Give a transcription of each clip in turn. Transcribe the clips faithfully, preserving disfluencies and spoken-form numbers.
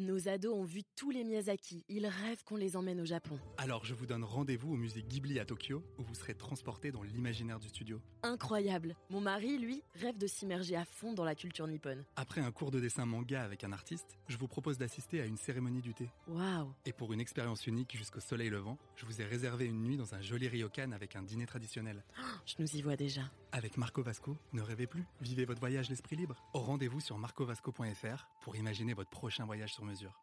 Nos ados ont vu tous les Miyazaki. Ils rêvent qu'on les emmène au Japon. Alors je vous donne rendez-vous au musée Ghibli à Tokyo, où vous serez transportés dans l'imaginaire du studio. Incroyable. Mon mari, lui, rêve de s'immerger à fond dans la culture nippone. Après un cours de dessin manga avec un artiste, je vous propose d'assister à une cérémonie du thé. Waouh. Et pour une expérience unique jusqu'au soleil levant, je vous ai réservé une nuit dans un joli ryokan avec un dîner traditionnel. Oh, je nous y vois déjà. Avec Marco Vasco, ne rêvez plus, vivez votre voyage l'esprit libre. Au rendez-vous sur marco vasco point f r pour imaginer votre prochain voyage sur mesure.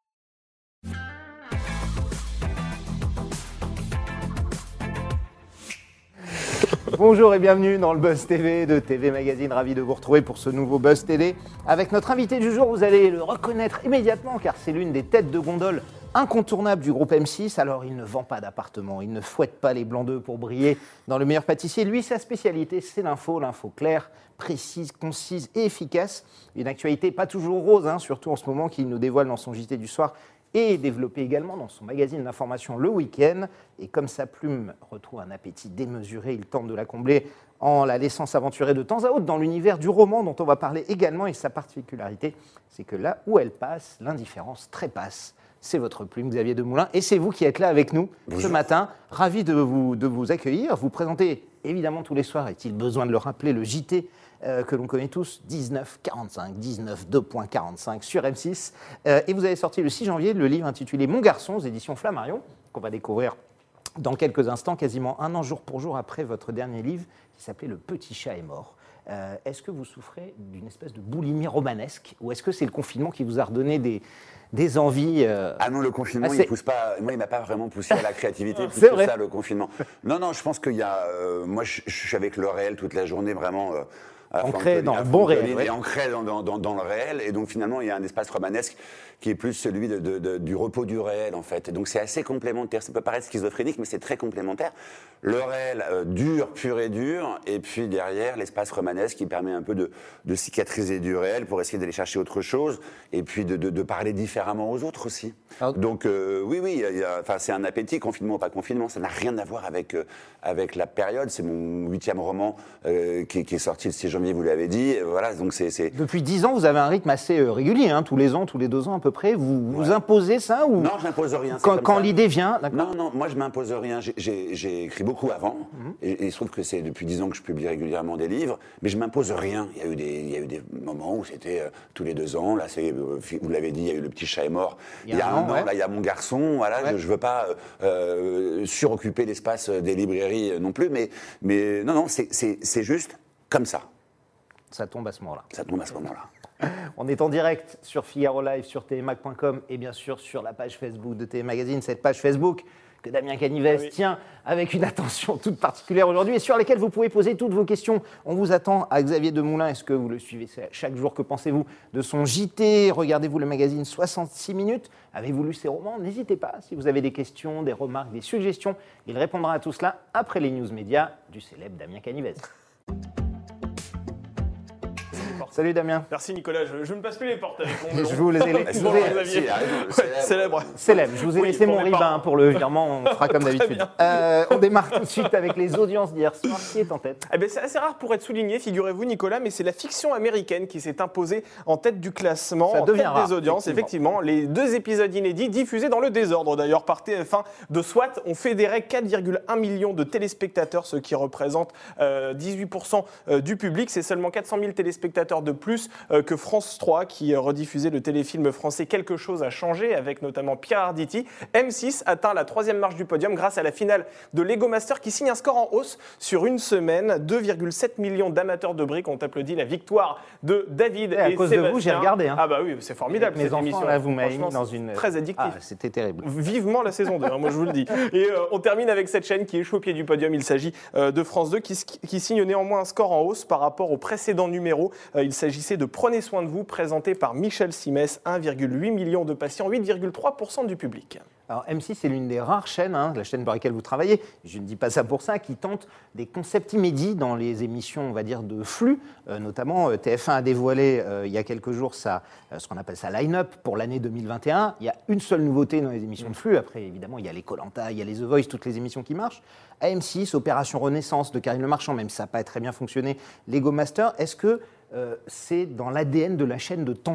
Bonjour et bienvenue dans le Buzz T V de T V Magazine, ravi de vous retrouver pour ce nouveau Buzz Télé. Avec notre invité du jour, vous allez le reconnaître immédiatement car c'est l'une des têtes de gondole incontournables du groupe M six. Alors il ne vend pas d'appartement, il ne fouette pas les blancs d'œufs pour briller dans le meilleur pâtissier. Lui, sa spécialité, c'est l'info, l'info claire, précise, concise et efficace. Une actualité pas toujours rose, hein, surtout en ce moment, qu'il nous dévoile dans son J T du soir et développé également dans son magazine d'information Le Week-end. Et comme sa plume retrouve un appétit démesuré, il tente de la combler en la laissant s'aventurer de temps à autre dans l'univers du roman dont on va parler également. Et sa particularité, c'est que là où elle passe, l'indifférence trépasse. C'est votre plume, Xavier Demoulin, et c'est vous qui êtes là avec nous Bonjour. Ce matin. Ravi de vous, de vous accueillir. Vous présentez évidemment tous les soirs, est-il besoin de le rappeler, le J T euh, que l'on connaît tous, dix-neuf quarante-cinq, dix-neuf deux quarante-cinq sur M six. Euh, et vous avez sorti le six janvier le livre intitulé Mon garçon aux éditions Flammarion, qu'on va découvrir dans quelques instants, quasiment un an jour pour jour après votre dernier livre qui s'appelait Le petit chat est mort. Euh, est-ce que vous souffrez d'une espèce de boulimie romanesque ou est-ce que c'est le confinement qui vous a redonné des, des envies euh... Ah non, le confinement, assez... il pousse pas. Moi, il m'a pas vraiment poussé à la créativité. C'est vrai. Ça, le confinement. Non, non, je pense qu'il y a. Euh, moi, je, je suis avec le réel toute la journée, vraiment. Euh, ancré dans le bon réel. Et ancré dans, dans, dans, dans le réel. Et donc, finalement, il y a un espace romanesque qui est plus celui de, de, de, du repos du réel, en fait. Et donc, c'est assez complémentaire. Ça peut paraître schizophrénique, mais c'est très complémentaire. Le réel euh, dur, pur et dur, et puis derrière, l'espace romanesque qui permet un peu de, de cicatriser du réel pour essayer d'aller chercher autre chose, et puis de, de, de parler différemment aux autres aussi. Ah. Donc, euh, oui, oui, il y a, enfin, c'est un appétit, confinement ou pas confinement, ça n'a rien à voir avec, euh, avec la période. C'est mon huitième roman euh, qui, qui est sorti le six janvier, vous l'avez dit. Voilà, donc c'est, c'est... Depuis dix ans, vous avez un rythme assez euh, régulier, hein, tous les ans, tous les deux ans à peu près. Vous vous ouais. imposez ça ou... Non, je n'impose rien. Quand, quand l'idée vient, d'accord. Non, non, moi je m'impose rien. J'ai, j'ai, j'ai écrit beaucoup avant, mm-hmm. et, et il se trouve que c'est depuis dix ans que je publie régulièrement des livres, mais je m'impose rien. Il y a eu des, il y a eu des moments où c'était euh, tous les deux ans. Là, c'est, euh, vous l'avez dit, il y a eu Le petit chat est mort. Il y a, il y a un an, ouais. Là, il y a Mon garçon. Voilà, ouais. je, je veux pas euh, suroccuper l'espace des librairies non plus, mais, mais non, non, c'est, c'est, c'est juste comme ça. Ça tombe à ce moment-là. Ça tombe à ce moment-là. On est en direct sur Figaro Live, sur T V Mag point com et bien sûr sur la page Facebook de T V Magazine, cette page Facebook que Damien Canivez oui. tient avec une attention toute particulière aujourd'hui et sur laquelle vous pouvez poser toutes vos questions. On vous attend à Xavier Demoulin. Est-ce que vous le suivez chaque jour? Que pensez-vous de son J T? Regardez-vous le magazine soixante-six minutes? Avez-vous lu ses romans? N'hésitez pas, si vous avez des questions, des remarques, des suggestions, il répondra à tout cela après les news médias du célèbre Damien Canivez. Salut Damien. Merci Nicolas, je, je ne passe plus les portes avec mon Je vous les ai laissés. Bonjour Xavier. Célèbre. Célèbre. Je vous ai oui, laissé mon ribin pour le virement, on fera comme d'habitude. Euh, on démarre tout de suite avec les audiences d'hier soir. Qui est en tête? Eh bien, c'est assez rare pour être souligné, figurez-vous Nicolas, mais c'est la fiction américaine qui s'est imposée en tête du classement, Ça en devient tête rare, des audiences. Effectivement. effectivement, les deux épisodes inédits diffusés dans le désordre d'ailleurs par T F un de SWAT ont fédéré quatre virgule un millions de téléspectateurs, ce qui représente euh, dix-huit pour cent du public. C'est seulement quatre cent mille téléspectateurs de plus euh, que France trois qui rediffusait le téléfilm français Quelque chose a changé avec notamment Pierre Arditi. M six atteint la troisième marche du podium grâce à la finale de Lego Master qui signe un score en hausse sur une semaine. deux virgule sept millions d'amateurs de briques ont applaudi la victoire de David et, et à et cause Sébastien. de vous, j'ai regardé. Hein. Ah bah oui, c'est formidable. Mes cette enfants, émission. là, vous m'avez mis dans une... Très addictif. Ah, c'était terrible. Vivement la saison deux, hein, moi je vous le dis. Et euh, on termine avec cette chaîne qui échoue au pied du podium. Il s'agit euh, de France deux qui, qui signe néanmoins un score en hausse par rapport au précédent numéro. Euh, il s'agissait de Prenez soin de vous, présenté par Michel Simès, un virgule huit million de patients, huit virgule trois pour cent du public. Alors M six, c'est l'une des rares chaînes, hein, la chaîne par laquelle vous travaillez, je ne dis pas ça pour ça, qui tente des concepts inédits dans les émissions, on va dire, de flux. Euh, notamment, euh, T F un a dévoilé euh, il y a quelques jours sa, euh, ce qu'on appelle sa line-up pour l'année deux mille vingt et un. Il y a une seule nouveauté dans les émissions de flux. Après, évidemment, il y a les Koh-Lanta, il y a les The Voice, toutes les émissions qui marchent. À M six, Opération Renaissance de Karine Le Marchand, même si ça n'a pas très bien fonctionné, Lego Master. Est-ce que euh, c'est dans l'A D N de la chaîne de tenter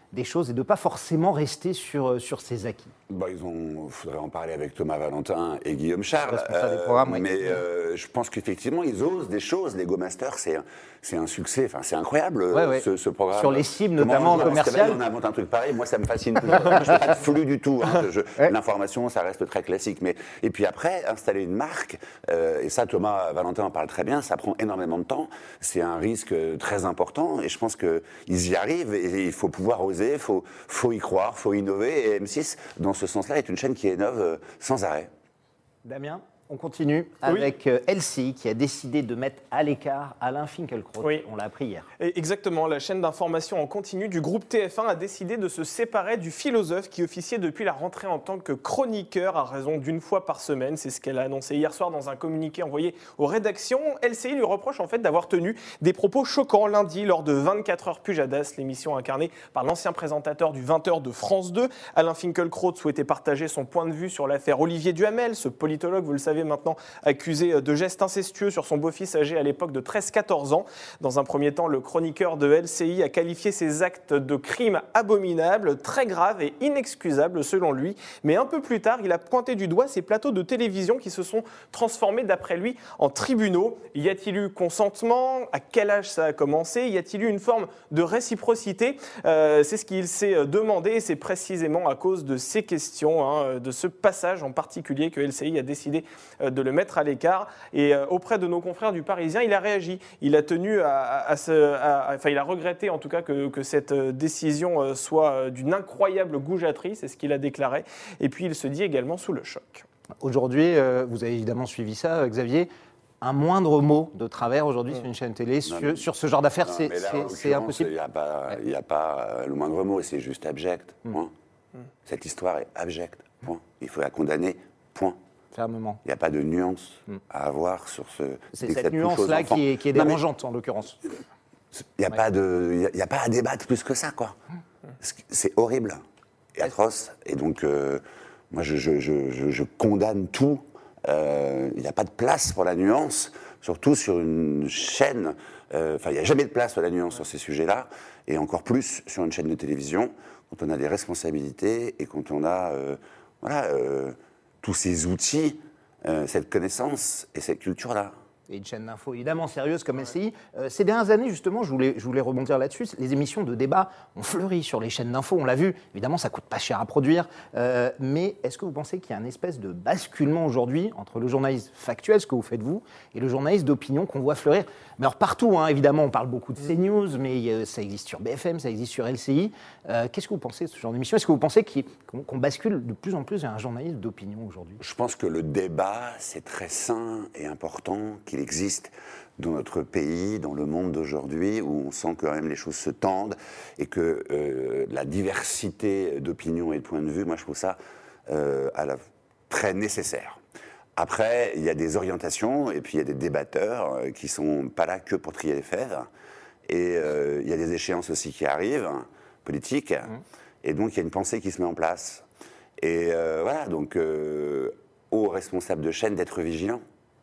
des choses et de ne pas forcément rester sur, sur ses acquis. Bah, ils ont, il faudrait en parler avec Thomas Valentin et Guillaume Charles. Responsable des programmes, oui. Mais euh, je pense qu'effectivement, ils osent des choses. Lego Master, c'est, c'est un succès. Enfin, c'est incroyable, Ouais, ouais. Ce, ce programme. Sur les cibles, Comment notamment on- commerciales. On invente un truc pareil. Moi, ça me fascine. Je ne fais pas de flux du tout. Hein. Je- Ouais. L'information, ça reste très classique. Mais, et puis après, installer une marque, euh, et ça, Thomas Valentin en parle très bien, ça prend énormément de temps. C'est un risque très important. Et je pense qu'ils y arrivent. Et il faut pouvoir oser, il faut, faut y croire, il faut innover. Et M six, dans ce sens-là, est une chaîne qui innove euh, sans arrêt. Damien, on continue avec euh, L C I qui a décidé de mettre à l'écart Alain Finkielkraut. Oui. On l'a appris hier. Et exactement, la chaîne d'information en continu du groupe T F un a décidé de se séparer du philosophe qui officiait depuis la rentrée en tant que chroniqueur à raison d'une fois par semaine. C'est ce qu'elle a annoncé hier soir dans un communiqué envoyé aux rédactions. L C I lui reproche en fait d'avoir tenu des propos choquants lundi lors de vingt-quatre heures Pujadas, l'émission incarnée par l'ancien présentateur du vingt heures de France deux. Alain Finkielkraut souhaitait partager son point de vue sur l'affaire Olivier Duhamel, ce politologue, vous le savez maintenant, accusé de gestes incestueux sur son beau-fils âgé à l'époque de treize quatorze ans. Dans un premier temps, le chroniqueur de L C I a qualifié ces actes de crimes abominables, très graves et inexcusables selon lui. Mais un peu plus tard, il a pointé du doigt ces plateaux de télévision qui se sont transformés, d'après lui, en tribunaux. Y a-t-il eu consentement? À quel âge ça a commencé? Y a-t-il eu une forme de réciprocité? euh, C'est ce qu'il s'est demandé et c'est précisément à cause de ces questions, hein, de ce passage en particulier que L C I a décidé de le mettre à l'écart. Et euh, auprès de nos confrères du Parisien, il a réagi. Il a tenu à, à, à se, à, enfin, il a regretté en tout cas que, que cette décision euh, soit euh, d'une incroyable goujaterie, c'est ce qu'il a déclaré. Et puis il se dit également sous le choc. Aujourd'hui, euh, vous avez évidemment suivi ça, euh, Xavier. Un moindre mot de travers aujourd'hui sur une chaîne télé, sur, mais- sur ce genre d'affaires, Non, c'est, mais là, c'est- en c'est l'occurrence, impossible. Il n'y a, pas- il y a pas euh, le moindre mot, c'est juste abject. Point. Cette histoire est abjecte. Point. Il faut la condamner. Point. Fermement. Il n'y a pas de nuance à avoir sur ce. C'est dès que cette ça touche aux nuance-là enfants. qui est, qui est Non, mais dérangeante, en l'occurrence. Il n'y a, pas de- il y a- il y a pas à débattre plus que ça, quoi. C'est horrible et atroce. Et donc, euh, moi, je, je- je- je- je condamne tout. Euh, Il n'y a pas de place pour la nuance, surtout sur une chaîne. euh, Enfin, il n'y a jamais de place pour la nuance sur ces sujets-là, et encore plus sur une chaîne de télévision, quand on a des responsabilités et quand on a euh, voilà, euh, tous ces outils, euh, cette connaissance et cette culture-là. Et une chaîne d'info évidemment sérieuse comme L C I. Euh, ces dernières années, justement, je voulais, je voulais rebondir là-dessus, les émissions de débat ont fleuri sur les chaînes d'info, on l'a vu. Évidemment, ça coûte pas cher à produire. Euh, mais est-ce que vous pensez qu'il y a un espèce de basculement aujourd'hui entre le journalisme factuel, ce que vous faites vous, et le journalisme d'opinion qu'on voit fleurir? Mais alors partout, hein, évidemment, on parle beaucoup de CNews, mais euh, ça existe sur B F M, ça existe sur L C I. Euh, Qu'est-ce que vous pensez de ce genre d'émission? Est-ce que vous pensez qu'il- qu'on qu'on bascule de plus en plus vers un journalisme d'opinion aujourd'hui? Je pense que le débat, c'est très sain et important qu'il existe dans notre pays, dans le monde d'aujourd'hui, où on sent que quand même les choses se tendent et que euh, la diversité d'opinions et de points de vue, moi je trouve ça euh, à la- très nécessaire. Après, il y a des orientations et puis il y a des débatteurs euh, qui sont pas là que pour trier les fèves. Et euh, il y a des échéances aussi qui arrivent, politiques, et donc il y a une pensée qui se met en place. Et euh, voilà, donc euh, aux responsables de chaîne d'être vigilants.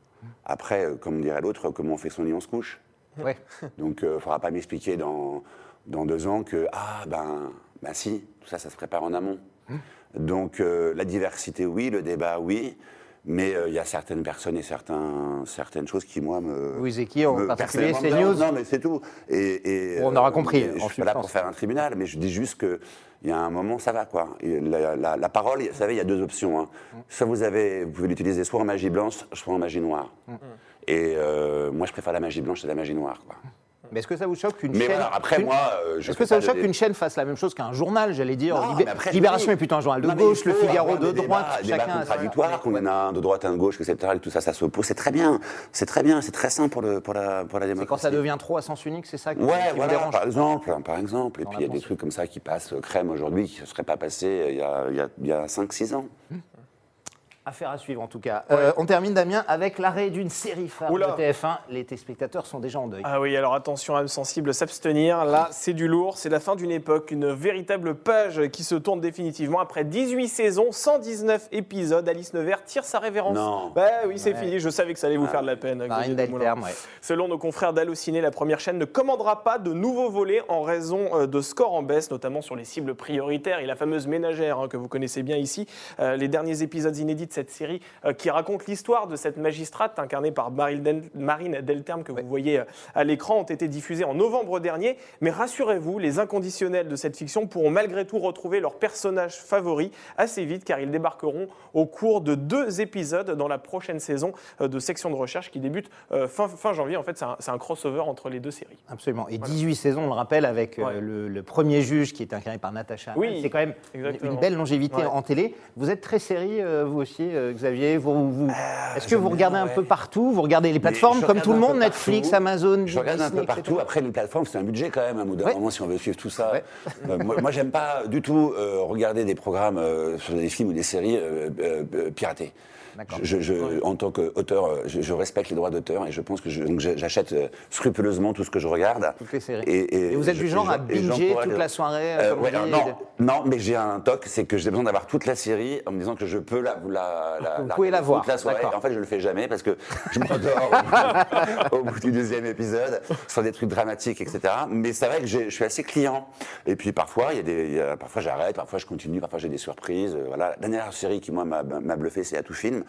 Après, euh, comme dirait l'autre, comment on fait son lit, on se couche. Ouais. Donc il ne faudra pas m'expliquer dans, dans deux ans que, ah ben, ben si, tout ça, ça se prépare en amont. Donc euh, la diversité, oui, le débat, oui. Mais il euh, y a certaines personnes et certains, certaines choses qui, moi, me... Oui, c'est qui en me- particulier, personnellement, CNews? Non, mais c'est tout. Et, et, On aura compris, Je en ne suis pas là substance. pour faire un tribunal, mais je dis juste qu'il y a un moment, ça va, quoi. Et la, la- la parole, vous savez, il y a deux options. Hein. Soit vous, avez, vous pouvez l'utiliser soit en magie blanche, soit en magie noire. Et euh, moi, je préfère la magie blanche à la magie noire, quoi. Mais est-ce que ça vous choque qu'une Mais chaîne... voilà, après, qu'une- moi, euh, je Est-ce fais que ça pas vous de choque dé- qu'une chaîne fasse la même chose qu'un journal, j'allais dire? Non, Libé- mais après, je Libération dis- est plutôt un journal de Non, mais gauche, il Le faut Figaro avoir de des droite, débats, des chacun débats a sa- contradictoires, qu'on en a un de droite, un de gauche, et cetera, et tout ça, ça s'oppose, c'est très bien. C'est très bien, c'est très sain pour, le, pour, la, pour la C'est démocratie. quand ça devient trop à sens unique, c'est ça qui, Ouais, qui vous voilà, dérange? par exemple, par exemple. Et Dans puis la il y a des pensée. trucs comme ça qui passent euh, crème aujourd'hui, qui ne se seraient pas passés euh, il y a, il y a, il y a cinq six ans. Affaire à suivre en tout cas. Euh, on termine Damien avec l'arrêt d'une série phare Oula. de T F un. Les téléspectateurs sont déjà en deuil. Ah oui, alors attention, âme sensible, s'abstenir. Là, c'est du lourd, c'est la fin d'une époque, une véritable page qui se tourne définitivement. Après dix-huit saisons, cent dix-neuf épisodes, Alice Nevers tire sa révérence. Non. Bah oui, c'est Ouais. fini, je savais que ça allait vous faire de la peine. Marine Xavier Demoulin. Delterme, ouais. Selon nos confrères d'Allociné, la première chaîne ne commandera pas de nouveaux volets en raison euh, de scores en baisse, notamment sur les cibles prioritaires et la fameuse ménagère hein, que vous connaissez bien ici. Euh, les derniers épisodes inédits de cette série euh, qui raconte l'histoire de cette magistrate incarnée par Marine Delterme que vous voyez à l'écran ont été diffusés en novembre dernier. Mais rassurez-vous, les inconditionnels de cette fiction pourront malgré tout retrouver leurs personnages favoris assez vite car ils débarqueront au cours de deux épisodes dans la prochaine saison de Section de recherche qui débute euh, fin, fin janvier. En fait, c'est un, c'est un crossover entre les deux séries. Absolument. Et Voilà. dix-huit saisons, on le rappelle, avec euh, Ouais. le, le premier juge qui est incarné par Natacha. Oui, c'est quand même une, exactement. une belle longévité Ouais. en télé. Vous êtes très série, euh, vous aussi, euh, Xavier. Vous, vous- Est-ce que j'aime vous regardez bien, un ouais. peu partout? Vous regardez les plateformes je comme regarde tout le un monde, peu Netflix, partout. Amazon, Je regarde un Disney, peu et partout. cetera. Après, les plateformes, c'est un budget quand même, à bout d'un Ouais. moment, si on veut suivre tout ça. Ouais. Euh, moi, moi, j'aime pas du tout euh, regarder des programmes euh, sur des films ou des séries euh, euh, euh, piratés. D'accord. Je, je, Ouais. En tant qu'auteur, euh, je, je respecte les droits d'auteur et je pense que je- donc je- j'achète euh, scrupuleusement tout ce que je regarde. Toutes les séries. Et, Et vous êtes je- du genre et à je- et j'en binger pourrais- toute la soirée, Euh, comme on ouais, dit, alors, et non, de- non, mais j'ai un toc, c'est que j'ai besoin d'avoir toute la série en me disant que je peux la, la, la, Vous la pouvez la regarder voir, toute la soirée. d'accord. Et en fait, je le fais jamais parce que je m'endors au, bout- au bout du deuxième épisode sur des trucs dramatiques, et cetera. Mais c'est vrai que j'ai- je suis assez client. Et puis parfois, il y a des, il y a- parfois j'arrête, parfois je continue, parfois j'ai des surprises. Euh, Voilà. La dernière série qui moi m'a m'a bluffé, c'est À tout film.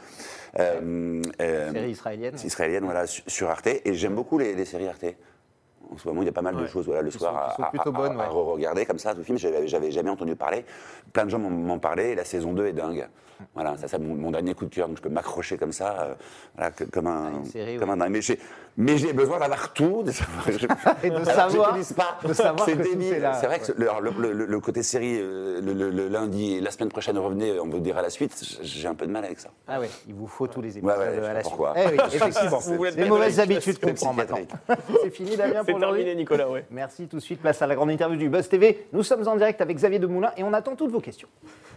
Euh, euh, Série israélienne. c'est israélienne, voilà, su- sur Arte. Et j'aime beaucoup les, les séries Arte. En ce moment, il y a pas mal de Ouais. choses voilà, le Qui soir sont- qui sont à, à- plutôt à- bonnes, à ouais. re-regarder comme ça, tout film. J'avais, j'avais jamais entendu parler. Plein de gens m'en, m'en parlaient. Et la saison deux est dingue. Voilà, ça c'est mon, mon dernier coup de cœur. Donc je peux m'accrocher comme ça, euh, voilà, que- comme un, une série, comme ouais. un dingue. Mais j'ai, mais j'ai besoin d'avoir tout. De savoir, je- Et de Alors, savoir- j'utilise pas. de savoir c'est que tout débile. est là, C'est vrai ouais. que le, le- le- le côté série, euh, le, le- le lundi et la semaine prochaine revenez, on vous dira la suite. J'ai un peu de mal avec ça. Ah ouais, il vous faut tous les épisodes Ouais, ouais, je sais à la pas suite. pourquoi. Eh oui, effectivement. Vous voulez être Les mauvaises psychiatrique. habitudes qu'on prend maintenant. C'est fini Damien C'est pour aujourd'hui. terminé, Nicolas, ouais. Merci, tout de suite, place à la grande interview du Buzz T V. Nous sommes en direct avec Xavier Demoulin et on attend toutes vos questions.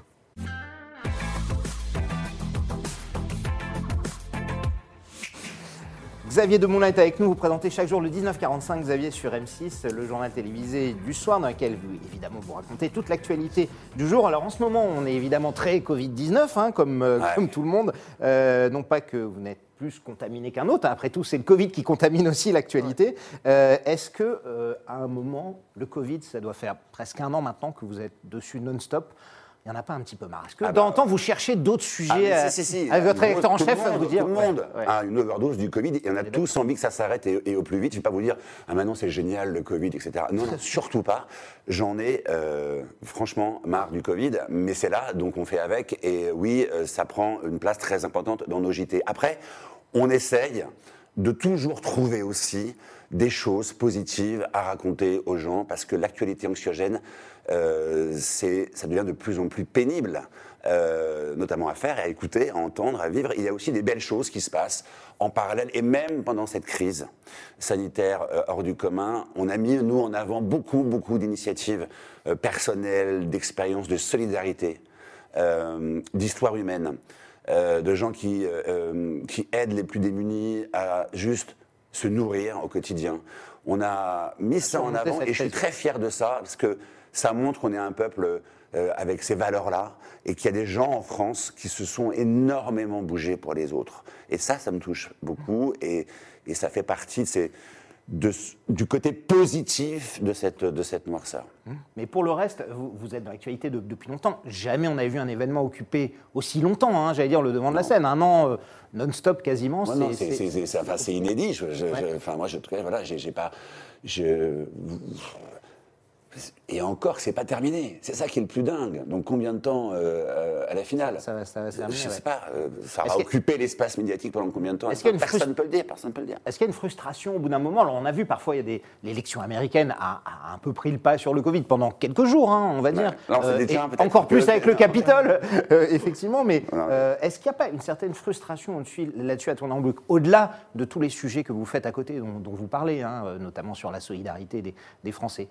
Xavier Demoulin est avec nous, vous présentez chaque jour le dix-neuf quarante-cinq, Xavier, sur M six, le journal télévisé du soir, dans lequel vous, évidemment, vous racontez toute l'actualité du jour. Alors en ce moment, on est évidemment très covid dix-neuf, hein, comme, euh, Ouais. comme tout le monde. Euh, non pas que vous n'êtes plus contaminé qu'un autre, hein. Après tout, c'est le Covid qui contamine aussi l'actualité. Euh, est-ce que, euh, à un moment, le Covid, ça doit faire presque un an maintenant que vous êtes dessus non-stop, il n'y en a pas un petit peu marre? Est-ce que, Ah de temps bah, en temps, vous cherchez d'autres Ah, sujets mais à- si, si, si. avec votre Tout le rédacteur en monde, chef à vous dire? Tout le monde Ouais, ouais. a une overdose du Covid et on a tous envie que ça s'arrête et, et au plus vite. Je ne vais pas vous dire, ah maintenant c'est génial le Covid, et cetera. Non, non, surtout pas. J'en ai euh, franchement marre du Covid, mais c'est là, donc on fait avec. Et oui, euh, ça prend une place très importante dans nos J T. Après, on essaye de toujours trouver aussi des choses positives à raconter aux gens parce que l'actualité anxiogène, euh, c'est, ça devient de plus en plus pénible, euh, notamment à faire, à écouter, à entendre, à vivre. Il y a aussi des belles choses qui se passent en parallèle et même pendant cette crise sanitaire euh, hors du commun, on a mis, nous, en avant beaucoup, beaucoup d'initiatives euh, personnelles, d'expériences, de solidarité, euh, d'histoire humaine. Euh, de gens qui, euh, qui aident les plus démunis à juste se nourrir au quotidien. On a mis ça en surmonter avant cette et je suis crise. très fier de ça parce que ça montre qu'on est un peuple euh, avec ces valeurs-là et qu'il y a des gens en France qui se sont énormément bougés pour les autres. Et ça, ça me touche beaucoup et, et ça fait partie de ces, de, du côté positif de cette, de cette noirceur. Mais pour le reste, vous, vous êtes dans l'actualité de- depuis longtemps. Jamais on avait vu un événement occupé aussi longtemps, hein, j'allais dire, le devant de la scène. Un an euh, non-stop quasiment. Ouais, c'est- non, c'est- c'est, c'est, c'est, c'est- enfin, c'est inédit. Je, je, Ouais. je- enfin, moi, je, voilà, j'ai, j'ai pas. Je, et encore, c'est pas terminé. C'est ça qui est le plus dingue. Donc, combien de temps euh, à la finale Ça va- ça va se terminer, Je ouais. sais pas. euh, ça Est-ce va que- occuper l'espace médiatique pendant combien de temps Est-ce qu'il y a une Personne frust- ne peut le dire. Personne ne peut le dire. Est-ce qu'il y a une frustration au bout d'un moment? Alors on a vu parfois, il y a des l'élection américaine a, a un peu pris le pas sur le Covid pendant quelques jours, hein, on va dire. Alors, c'est des et tiens, peut-être encore que- plus avec le Capitole, euh, effectivement. Mais Voilà. euh, est-ce qu'il n'y a pas une certaine frustration au-dessus- là-dessus à tourner en boucle, au-delà de tous les sujets que vous faites à côté, dont, dont vous parlez, hein, euh, notamment sur la solidarité des, des Français?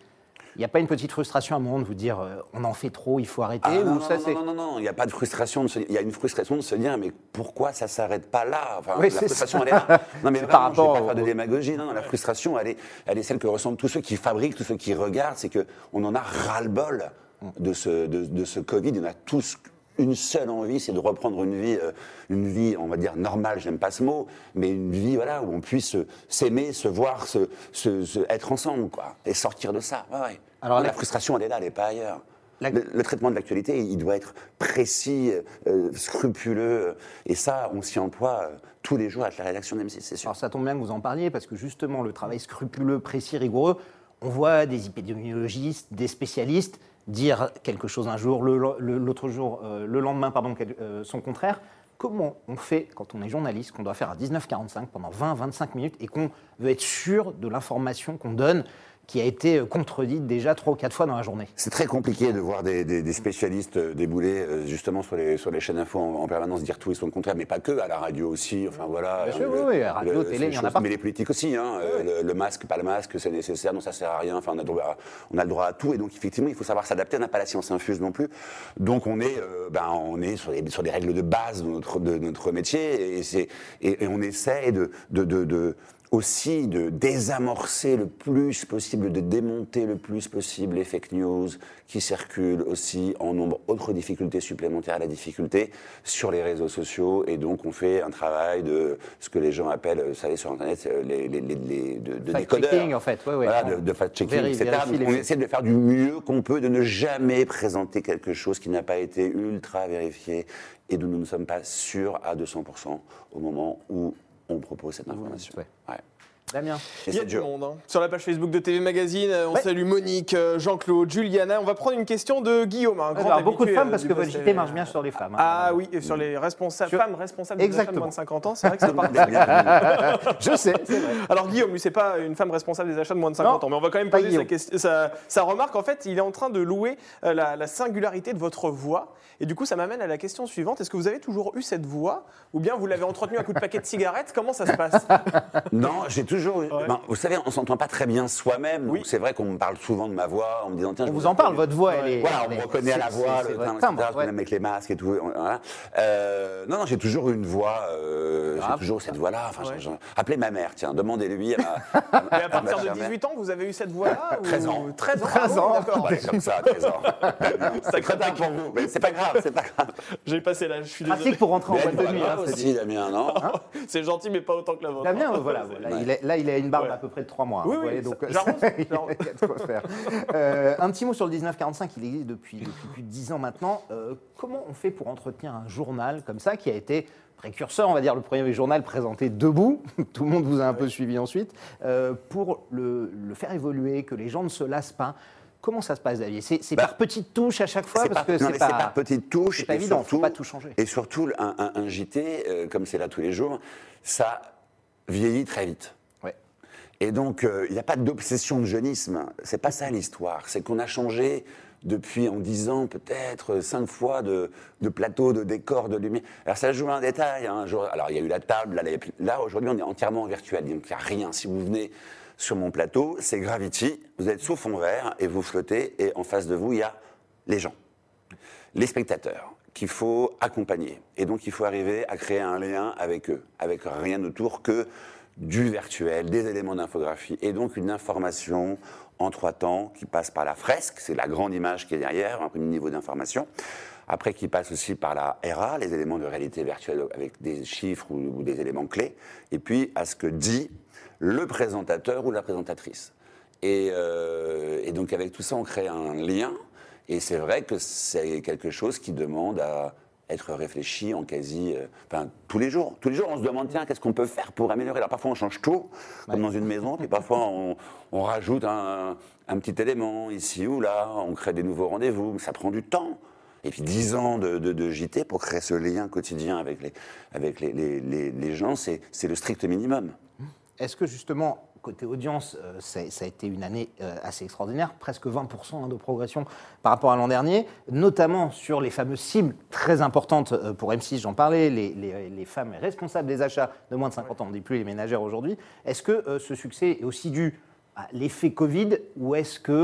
Il n'y a pas une petite frustration à un moment de vous dire euh, on en fait trop, il faut arrêter Ah, ou non, ça, non, c'est... non, non, non, non, il n'y a pas de frustration. De se... Il y a une frustration de se dire mais pourquoi ça ne s'arrête pas là enfin, Oui, la c'est frustration, ça. elle est là. Non, mais C'est vraiment, par je ne vais rapport pas faire de au- démagogie. Non, non, la frustration, elle est, elle est celle que ressentent tous ceux qui fabriquent, tous ceux qui regardent. C'est qu'on en a ras-le-bol de ce, de, de ce Covid. On a tous une seule envie, c'est de reprendre une vie, euh, une vie, on va dire normale, j'aime pas ce mot, mais une vie voilà, où on puisse euh, s'aimer, se voir, se, se- se- être ensemble, quoi, et sortir de ça. Ouais, ouais. Alors, Non, la- la frustration, elle est là, elle n'est pas ailleurs. La- Le, le traitement de l'actualité, il doit être précis, euh, scrupuleux, euh, et ça, on s'y emploie euh, tous les jours avec la rédaction d'M six, c'est sûr. Alors ça tombe bien que vous en parliez, parce que justement, le travail scrupuleux, précis, rigoureux, on voit des épidémiologistes, des spécialistes dire quelque chose un jour, le- le- l'autre jour, euh, le lendemain, pardon, quel- euh, son contraire. Comment on fait quand on est journaliste, qu'on doit faire à dix-neuf heures quarante-cinq pendant vingt à vingt-cinq minutes et qu'on veut être sûr de l'information qu'on donne qui a été contredite déjà trois ou quatre fois dans la journée? C'est très compliqué de voir des, des- des spécialistes euh, débouler euh, justement sur les, sur les chaînes info en, en permanence, dire tout et son contraire, mais pas que, à la radio aussi, enfin voilà. Bien sûr, Le- oui, oui, à radio, le- télé, ces il y en a choses- partout. Mais les politiques aussi, hein, euh, le, le masque, pas le masque, c'est nécessaire, non ça sert à rien, enfin on a, le droit à, on a le droit à tout, et donc effectivement il faut savoir s'adapter, on n'a pas la science infuse non plus, donc on est, euh, ben, on est sur, les, sur des règles de base de notre, de notre métier, et, c'est- et, et on essaie de... de, de, de aussi de désamorcer le plus possible, de démonter le plus possible les fake news qui circulent aussi en nombre. Autre difficulté supplémentaire à la difficulté sur les réseaux sociaux. Et donc, on fait un travail de ce que les gens appellent, vous savez, sur Internet, les, les, les, les- de, de décodeurs. Fact-checking, en fait. Ouais, ouais. Voilà, On de, de fact-checking, vérie- et cetera. vérifie Donc, les on faits. essaie de faire du mieux qu'on peut, de ne jamais présenter quelque chose qui n'a pas été ultra vérifié et dont nous ne sommes pas sûrs à deux cents pour cent au moment où on propose cette information. ouais. Ouais. Damien. Et Il y a c'est du dur. monde. Hein. Sur la page Facebook de T V Magazine, euh, on Ouais. salue Monique, euh, Jean-Claude, Juliana. On va prendre une question de Guillaume. Un grand Alors, beaucoup de habitué, femmes, euh, parce du que votre Buzz J T T V. marche bien sur les femmes. hein. Ah oui, et sur les responsables, Sur- femmes responsables des achats de Exactement. moins de cinquante ans, c'est vrai que c'est pas Bien, bien. Je sais, c'est vrai. Alors Guillaume, lui, c'est pas une femme responsable des achats de moins de cinquante Non, ans, mais on va quand même pas poser sa, Guillaume. question- sa- sa remarque. En fait, il est en train de louer euh, la, la singularité de votre voix. Et du coup, ça m'amène à la question suivante. Est-ce que vous avez toujours eu cette voix ou bien vous l'avez entretenue à coup de paquet de cigarettes? Comment ça se passe? Non, j'ai toujours. eu- Ouais. Ben, vous savez, on s'entend pas très bien soi-même. Oui. donc C'est vrai qu'on me parle souvent de ma voix, en me disant tiens. On je vous en parle, reconnais. votre voix, elle est... Voilà, on elle me est- reconnaît à la c'est- voix, c'est- le c'est votre timbre, timbre, et cetera, ouais. même avec les masques et tout. Voilà. Euh, non, non, j'ai toujours eu une voix. euh, j'ai Grave. toujours cette voix-là. Enfin, Ouais. je- je- appelez ma mère, tiens, demandez-lui. à ma- à ma- Et à partir ma de chère mère. dix-huit ans, vous avez eu cette voix-là ou- treize ans. treize ans. treize Ah ans. oui, d'accord. Ouais, comme ça, treize ans. Sacré Très tard pour vous, mais c'est pas grave, c'est pas grave. J'ai passé l'âge, je suis désolé. Pratique pour rentrer en Mais boîte de pas nuit. grave hein, c'est aussi, Damien, non C'est gentil, mais pas autant que la vôtre. Damien, euh, voilà, voilà, Ouais. il est- là il a une barbe Ouais. à peu près de trois mois. Oui, vous oui, voyez, ça- donc, euh, j'arrose, il y a j'arrose. de quoi faire. Euh, un petit mot sur le dix-neuf quarante-cinq, il existe depuis, depuis plus de dix ans maintenant. Euh, comment on fait pour entretenir un journal comme ça, qui a été précurseur, on va dire, le premier journal présenté debout, tout le monde vous a un peu suivi ensuite, euh, pour le, le faire évoluer, que les gens ne se lassent pas? Comment ça se passe, Xavier? C'est c'est Bah, par petites touches à chaque fois C'est parce pas, que non, c'est mais pas, c'est par petites touches. c'est pas et évident, surtout- faut pas tout changer. Et surtout, un, un- un J T, euh, comme c'est là tous les jours, ça vieillit très vite. Ouais. Et donc, euh, il n'y a pas d'obsession de jeunisme. C'est pas ça l'histoire. C'est qu'on a changé depuis, en dix ans, peut-être cinq fois de, de plateau, de décor, de lumière. Alors, ça joue un détail. Hein. Genre- Alors, il y a eu la table. Là, là, là, aujourd'hui, on est entièrement en virtuel. Donc, il n'y a rien. Si vous venez sur mon plateau, c'est Gravity. Vous êtes sous fond vert et vous flottez. Et en face de vous, il y a les gens, les spectateurs, qu'il faut accompagner. Et donc, il faut arriver à créer un lien avec eux, avec rien autour que du virtuel, des éléments d'infographie, et donc une information en trois temps qui passe par la fresque, c'est la grande image qui est derrière, un premier niveau d'information, après qui passe aussi par la R A, les éléments de réalité virtuelle avec des chiffres ou, ou des éléments clés, et puis à ce que dit le présentateur ou la présentatrice. Et, euh, et donc avec tout ça, on crée un lien, et c'est vrai que c'est quelque chose qui demande à être réfléchi en quasi, euh, enfin tous les jours. Tous les jours, on se demande tiens, qu'est-ce qu'on peut faire pour améliorer. Alors parfois, on change tout, comme dans une maison, puis parfois on, on rajoute un, un petit élément ici ou là, on crée des nouveaux rendez-vous. Ça prend du temps. Et puis dix ans de, de, de J T pour créer ce lien quotidien avec les, avec les, les, les, les gens, c'est c'est le strict minimum. Est-ce que justement, côté audience, euh, ça, ça a été une année euh, assez extraordinaire, presque vingt pour cent hein, de progression par rapport à l'an dernier, notamment sur les fameuses cibles très importantes euh, pour M six, j'en parlais, les, les, les femmes responsables des achats de moins de cinquante ans, on ne dit plus les ménagères aujourd'hui. Est-ce que euh, ce succès est aussi dû à l'effet Covid ou est-ce que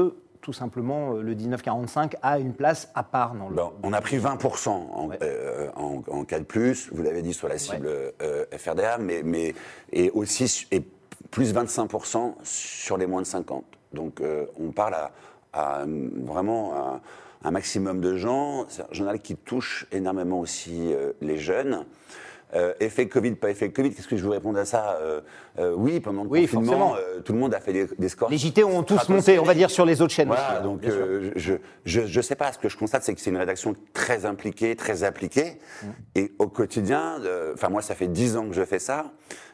tout simplement le dix-neuf quarante-cinq a une place à part dans le... Ben, on a pris vingt pour cent en, Ouais. euh, en, en quatre plus, vous l'avez dit sur la cible Ouais. euh, F R D A, mais, mais et aussi su- et plus vingt-cinq pour cent sur les moins de cinquante. Donc euh, on parle à, à, euh, vraiment à un maximum de gens. C'est un journal qui touche énormément aussi euh, les jeunes. Euh, effet Covid, pas effet Covid, qu'est-ce que je vous réponds à ça euh, euh, Oui, pendant le Oui, confinement, forcément. euh, tout le monde a fait des, des scores. Les J T ont tous monté, on va dire, sur les autres chaînes Voilà, aussi, hein, donc bien sûr. euh, je, je je sais pas. Ce que je constate, c'est que c'est une rédaction très impliquée, très appliquée, Mmh. et au quotidien. Enfin, moi, ça fait dix ans que je fais ça.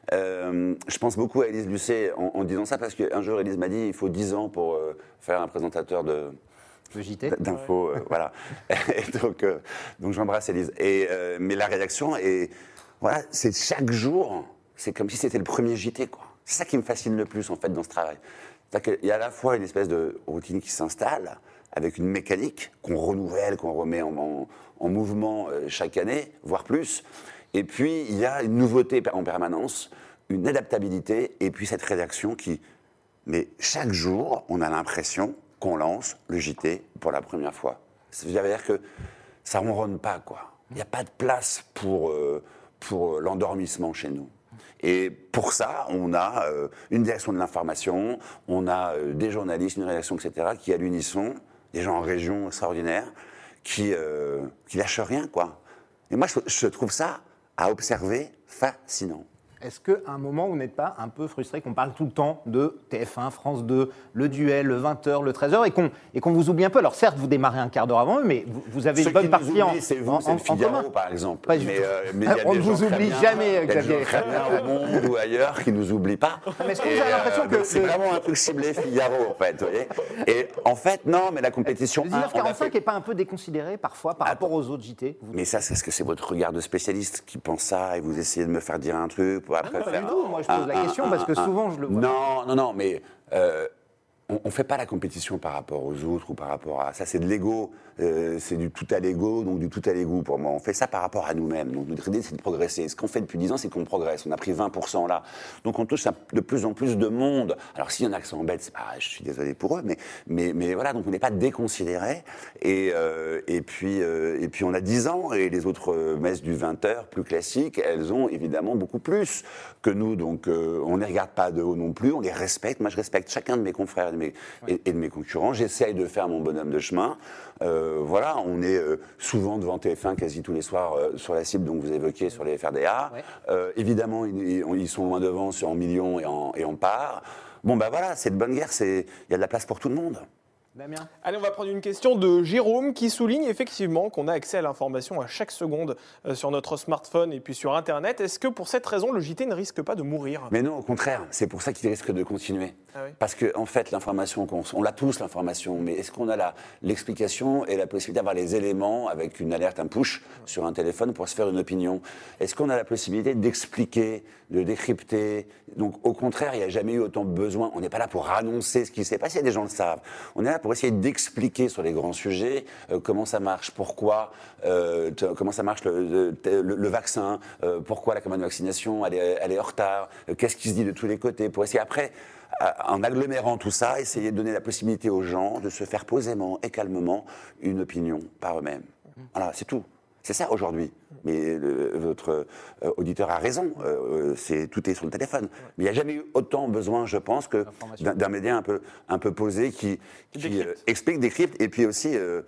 Euh, je pense beaucoup à Élise Lucet en, en disant ça parce qu'un jour, Élise m'a dit il faut dix ans pour euh, faire un présentateur de Le J T. d'infos, euh, voilà. Et donc, euh, donc j'embrasse Élise. Et euh, mais la rédaction est, voilà, c'est chaque jour, c'est comme si c'était le premier J T, quoi. C'est ça qui me fascine le plus en fait dans ce travail. C'est-à-dire qu'il y a à la fois une espèce de routine qui s'installe avec une mécanique qu'on renouvelle, qu'on remet en, en, en mouvement euh, chaque année, voire plus. Et puis il y a une nouveauté en permanence, une adaptabilité, et puis cette rédaction qui, mais chaque jour, on a l'impression qu'on lance le J T pour la première fois. C'est-à-dire que ça ronronne pas, quoi. Il n'y a pas de place pour, euh, pour l'endormissement chez nous. Et pour ça, on a euh, une direction de l'information, on a euh, des journalistes, une rédaction, et cetera, qui à l'unisson, des gens en région extraordinaires, qui, euh, qui lâchent rien, quoi. Et moi, je, je trouve ça, à observer, fascinant. Est-ce qu'à un moment, vous n'êtes pas un peu frustré qu'on parle tout le temps de T F un, France deux, le duel, le vingt heures, le treize heures, et qu'on et qu'on vous oublie un peu? Alors certes, vous démarrez un quart d'heure avant eux, mais vous, vous avez Ceux une bonne qui partie nous en, oublient, c'est vous, en, c'est le en Figaro, commun. par exemple. Pas du mais, tout. euh, mais il y a On des ne gens vous très oublie bien- jamais, il y a des Xavier. gens très bien au monde ou ailleurs qui nous oublient pas. Mais est-ce que vous Et, avez l'impression que donc c'est le- vraiment un truc ciblé Figaro, en fait, vous voyez. Et en fait, non, mais la compétition. Le un, dix-neuf on l'a quarante-cinq fait- n'est pas un peu déconsidéré parfois par rapport aux autres J T? Vous- Mais ça, c'est ce que c'est votre regard de spécialiste qui pense ça et vous essayez de me faire dire un truc pour après non, pas faire. du tout. Moi, je pose un- la un- question un- parce que un- souvent, je le vois. Non, non, non, mais euh, on ne fait pas la compétition par rapport aux autres ou par rapport à. Ça, c'est de l'ego. Euh, c'est du tout à l'ego, donc du tout à l'égout pour moi. On fait ça par rapport à nous-mêmes. Donc notre idée, c'est de progresser. Ce qu'on fait depuis dix ans, c'est qu'on progresse. On a pris vingt pour cent là. Donc on touche à de plus en plus de monde. Alors s'il y en a qui sont embêtés, c'est pas, je suis désolé pour eux, mais, mais, mais voilà, donc on n'est pas déconsidérés. Et, euh, et, puis, euh, et puis on a dix ans, et les autres euh, messes du vingt heures plus classiques, elles ont évidemment beaucoup plus que nous. Donc euh, on ne les regarde pas de haut non plus, on les respecte. Moi, je respecte chacun de mes confrères et de mes, et, et de mes concurrents. J'essaye de faire mon bonhomme de chemin. Euh, voilà, on est euh, souvent devant T F un quasi tous les soirs euh, sur la cible, donc vous évoquez sur les F R D A. Ouais. Euh, évidemment, ils, ils sont loin devant sur en millions et en, et en parts. Bon, ben voilà, c'est de bonne guerre, il y a de la place pour tout le monde. Damien? Allez, on va prendre une question de Jérôme qui souligne effectivement qu'on a accès à l'information à chaque seconde euh, sur notre smartphone et puis sur Internet. Est-ce que pour cette raison, le J T ne risque pas de mourir? Mais non, au contraire, c'est pour ça qu'il risque de continuer. Ah oui. Parce qu'en en fait, l'information, qu'on- on l'a tous l'information, mais est-ce qu'on a la- l'explication et la possibilité d'avoir les éléments avec une alerte, un push sur un téléphone pour se faire une opinion? Est-ce qu'on a la possibilité d'expliquer, de décrypter? Donc au contraire, il n'y a jamais eu autant besoin. On n'est pas là pour annoncer ce qui s'est passé, les gens le savent. On est là pour essayer d'expliquer sur les grands sujets euh, comment ça marche, pourquoi, euh, t- comment ça marche le, le, le vaccin, euh, pourquoi la campagne de vaccination elle est, elle est en retard, euh, qu'est-ce qui se dit de tous les côtés, pour essayer après, à- en agglomérant tout ça, essayer de donner la possibilité aux gens de se faire posément et calmement une opinion par eux-mêmes. Voilà, c'est tout. C'est ça aujourd'hui. Mais le- votre euh, auditeur a raison, euh, c'est, tout est sur le téléphone. Mais il n'y a jamais eu autant besoin, je pense, que L'information. d'un, d'un média un peu, un peu posé qui, qui Décrypte. euh, explique, décrypte, et puis aussi euh,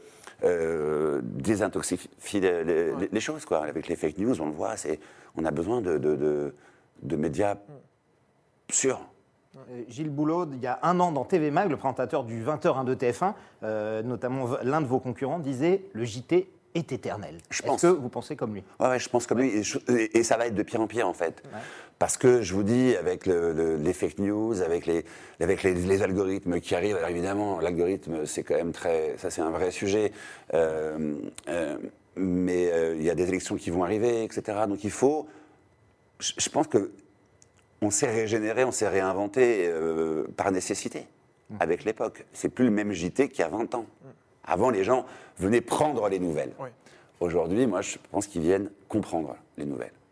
euh, désintoxifie les, les- Ouais. les choses. Quoi. Avec les fake news, on le voit, c'est, on a besoin de, de, de, de médias sûrs. Euh, Gilles Boulot, il y a un an dans T V Mag, le présentateur du vingt heures un de T F un, euh, notamment v- l'un de vos concurrents, disait « Le J T est éternel ». Je Est-ce pense. que vous pensez comme lui? Ouais, ouais, je pense comme lui, et, je- et- et ça va être de pire en pire en fait. Ouais. Parce que je vous dis, avec le- le- les fake news, avec, les, avec les, les algorithmes qui arrivent, alors évidemment, l'algorithme, c'est quand même très. Ça, c'est un vrai sujet. Euh, euh, mais euh, il y a des élections qui vont arriver, et cetera. Donc il faut. Je, je pense que on s'est régénéré, on s'est réinventé euh, par nécessité avec l'époque. C'est plus le même J T qu'il y a vingt ans. Avant, les gens venaient prendre les nouvelles. Oui. Aujourd'hui, moi, je pense qu'ils viennent comprendre les nouvelles.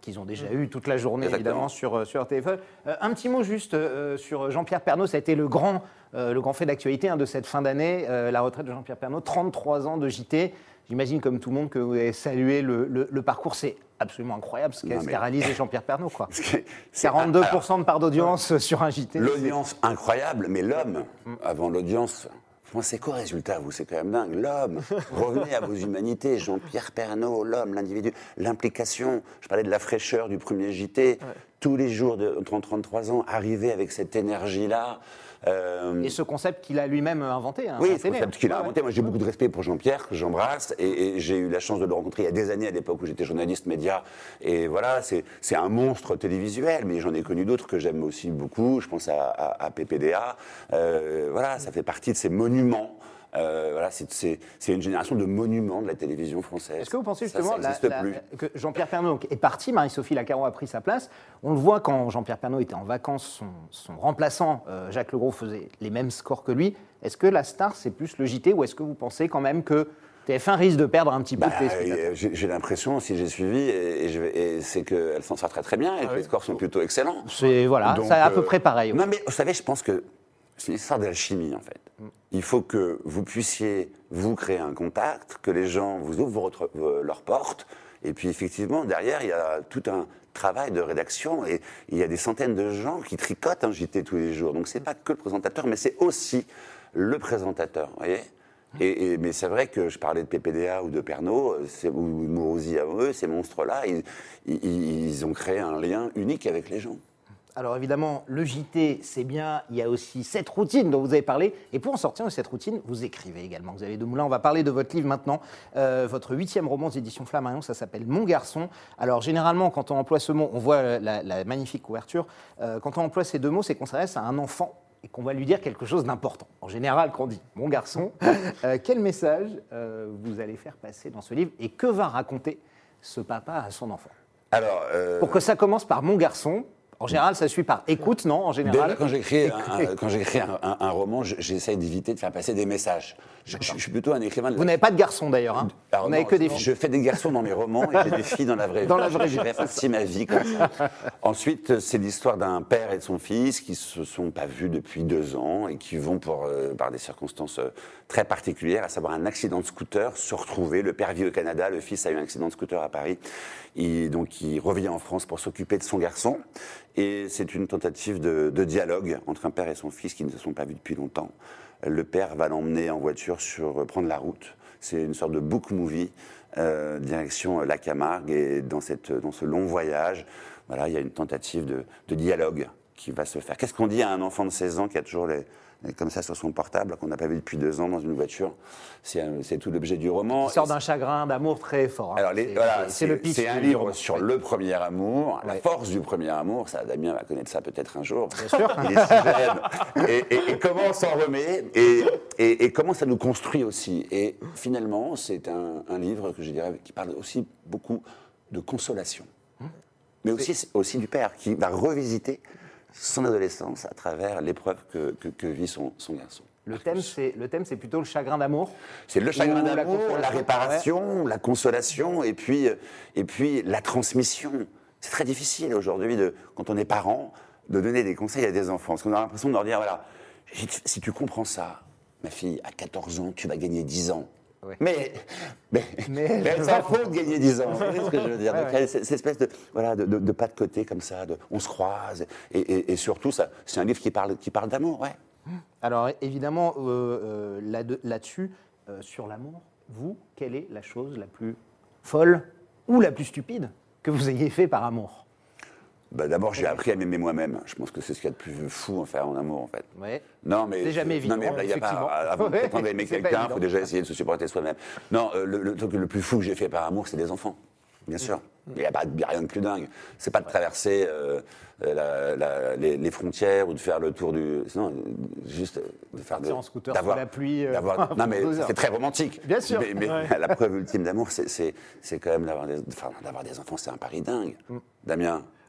qu'ils ont déjà eu toute la journée, Exactement. évidemment, sur, sur leur téléphone. Euh, un petit mot juste euh, sur Jean-Pierre Pernaut. Ça a été le grand, euh, le grand fait d'actualité hein, de cette fin d'année, euh, la retraite de Jean-Pierre Pernaut, trente-trois ans de J T. J'imagine, comme tout le monde, que vous avez salué le, le, le parcours. C'est absolument incroyable ce qu'a Non, mais- qu'a réalisé Jean-Pierre Pernaut. Quoi. C'est- quarante-deux pour cent de part d'audience sur un J T. L'audience incroyable, mais l'homme, avant l'audience, moi, c'est quoi le résultat, vous? C'est quand même dingue. L'homme, revenez à vos humanités. Jean-Pierre Pernaut, l'homme, l'individu, l'implication. Je parlais de la fraîcheur du premier J T. Tous les jours de trente à trente-trois ans, arriver avec cette énergie-là. euh, Et ce concept qu'il a lui-même inventé. Hein, Oui, c'est c'est né, concept qu'il a hein. inventé. Moi, j'ai beaucoup de respect pour Jean-Pierre, que j'embrasse, et, et j'ai eu la chance de le rencontrer il y a des années, à l'époque où j'étais journaliste média. Et voilà, c'est c'est un monstre télévisuel, mais j'en ai connu d'autres que j'aime aussi beaucoup. Je pense à, à, à P P D A. Euh, voilà, ça fait partie de ces monuments. Euh, voilà, c'est- c'est c'est une génération de monuments de la télévision française. Est-ce que vous pensez Ça, justement ça la- n'existe la- plus. que Jean-Pierre Pernaut est parti, Marie-Sophie Lacaron a pris sa place. On le voit quand Jean-Pierre Pernaut était en vacances, son, son remplaçant, euh, Jacques Legros, faisait les mêmes scores que lui. Est-ce que la star, c'est plus le J T ou est-ce que vous pensez quand même que T F un risque de perdre un petit peu Bah, de téléspectateurs? j'ai j'ai l'impression, si j'ai suivi, et, et je vais- et c'est qu'elle s'en sort très très bien et que les scores sont plutôt excellents. C'est voilà, Donc, c'est à euh, peu près pareil. Non, mais vous savez, je pense que c'est une histoire d'alchimie, en fait. Il faut que vous puissiez, vous, créer un contact, que les gens vous ouvrent votre- vos- leurs portes. Et puis, effectivement, derrière, il y a tout un travail de rédaction. Et il y a des centaines de gens qui tricotent un J T tous les jours. Donc, c'est pas que le présentateur, mais c'est aussi le présentateur, vous voyez. Et, et- mais c'est vrai que je parlais de P P D A ou de Pernaut, c'est- ou Mourouzi à eux, ces monstres-là, ils, ils- ils ont créé un lien unique avec les gens. Alors évidemment, le J T, c'est bien, il y a aussi cette routine dont vous avez parlé. Et pour en sortir de cette routine, vous écrivez également. Xavier Demoulin, on va parler de votre livre maintenant. Euh, votre huitième roman aux éditions Flammarion, ça s'appelle Mon garçon. Alors généralement, quand on emploie ce mot, on voit la, la magnifique couverture. Euh, quand on emploie ces deux mots, c'est qu'on s'adresse à un enfant et qu'on va lui dire quelque chose d'important. En général, quand on dit « mon garçon », euh, quel message euh, vous allez faire passer dans ce livre et que va raconter ce papa à son enfant? Alors, euh, Pour que ça commence par « mon garçon », en général, ça suit par « écoute », non, en général. déjà, quand j'écris un, un- quand j'écris un, un- un roman, je- j'essaie d'éviter de faire passer des messages. Je, je- je suis plutôt un écrivain de Vous n'avez pas de garçon d'ailleurs, hein. Alors, Vous n'avez non, que des non, filles. Je fais des garçons dans mes romans et j'ai des filles dans la vraie vie. Dans la vraie vie, Je répartis ma vie comme ça. Ensuite, c'est l'histoire d'un père et de son fils qui se sont pas vus depuis deux ans et qui vont, pour, euh, par des circonstances euh, très particulières, à savoir un accident de scooter, se retrouver. Le père vit au Canada, le fils a eu un accident de scooter à Paris. Et donc, il revient en France pour s'occuper de son garçon. Et c'est une tentative de, de dialogue entre un père et son fils qui ne se sont pas vus depuis longtemps. Le père va l'emmener en voiture sur prendre la route. C'est une sorte de book movie, euh, direction la Camargue. Et dans, cette, dans ce long voyage, voilà, il y a une tentative de, de dialogue qui va se faire. Qu'est-ce qu'on dit à un enfant de seize ans qui a toujours les, les- comme ça sur son portable, qu'on n'a pas vu depuis deux ans dans une voiture? C'est un- c'est tout l'objet du roman. Il sort d'un chagrin d'amour très fort. hein. Alors, les- C'est- voilà, c'est- c'est le c'est pitch c'est un du livre roman. sur le premier amour, la Ouais. force du premier amour. Ça, Damien va connaître ça peut-être un jour. Bien sûr. Il est si jeune. Et, et- et comment on s'en remet et, et- et comment ça nous construit aussi. Et finalement, c'est un, un livre que je dirais qui parle aussi beaucoup de consolation, mais aussi, aussi du père qui va revisiter son adolescence à travers l'épreuve que, que- que vit son, son garçon. Le thème, c'est le thème, c'est plutôt le chagrin d'amour. C'est le chagrin Ou la d'amour, la, consolation, réparation, la consolation, et puis, euh, et puis la transmission. C'est très difficile aujourd'hui, de, quand on est parent, de donner des conseils à des enfants. Parce qu'on a l'impression de leur dire, voilà, si tu, si tu comprends ça, ma fille, à quatorze ans, tu vas gagner dix ans. Ouais. Mais, mais, Mais- mais elle s'en fout de gagner dix ans. Vous voyez ce que je veux dire? Ouais, Donc, ouais. il y a cette cette espèce de, voilà, de, de, de pas de côté comme ça, de, on se croise. Et, et- et surtout, ça, c'est un livre qui parle, qui parle d'amour, ouais. Alors évidemment, euh, euh, là- là-dessus, euh, sur l'amour, vous, quelle est la chose la plus folle ou la plus stupide que vous ayez fait par amour? Bah, d'abord, j'ai appris à m'aimer moi-même. Je pense que c'est ce qu'il y a de plus fou en faire en amour, en fait. Ouais. Non, mais C'est jamais évident, Non, mais il y a effectivement. pas, avant de Ouais, prétendre aimer c'est pas quelqu'un, il évident. faut déjà essayer de se supporter soi-même. Non, euh, le, le truc le plus fou que j'ai fait par amour, c'est des enfants, bien sûr. Il n'y a pas de- rien de plus dingue. C'est pas de traverser euh, la- la- les, les frontières ou de faire le tour du. Non, euh, juste de faire de. Partir en scooter d'avoir- sous la pluie, euh, d'avoir- non, mais pendant deux heures. c'est très romantique. Bien sûr. Mais, mais Ouais. la preuve ultime d'amour, c'est, c'est, c'est quand même d'avoir des, enfin, d'avoir des enfants, c'est un pari dingue. Mm. Damien.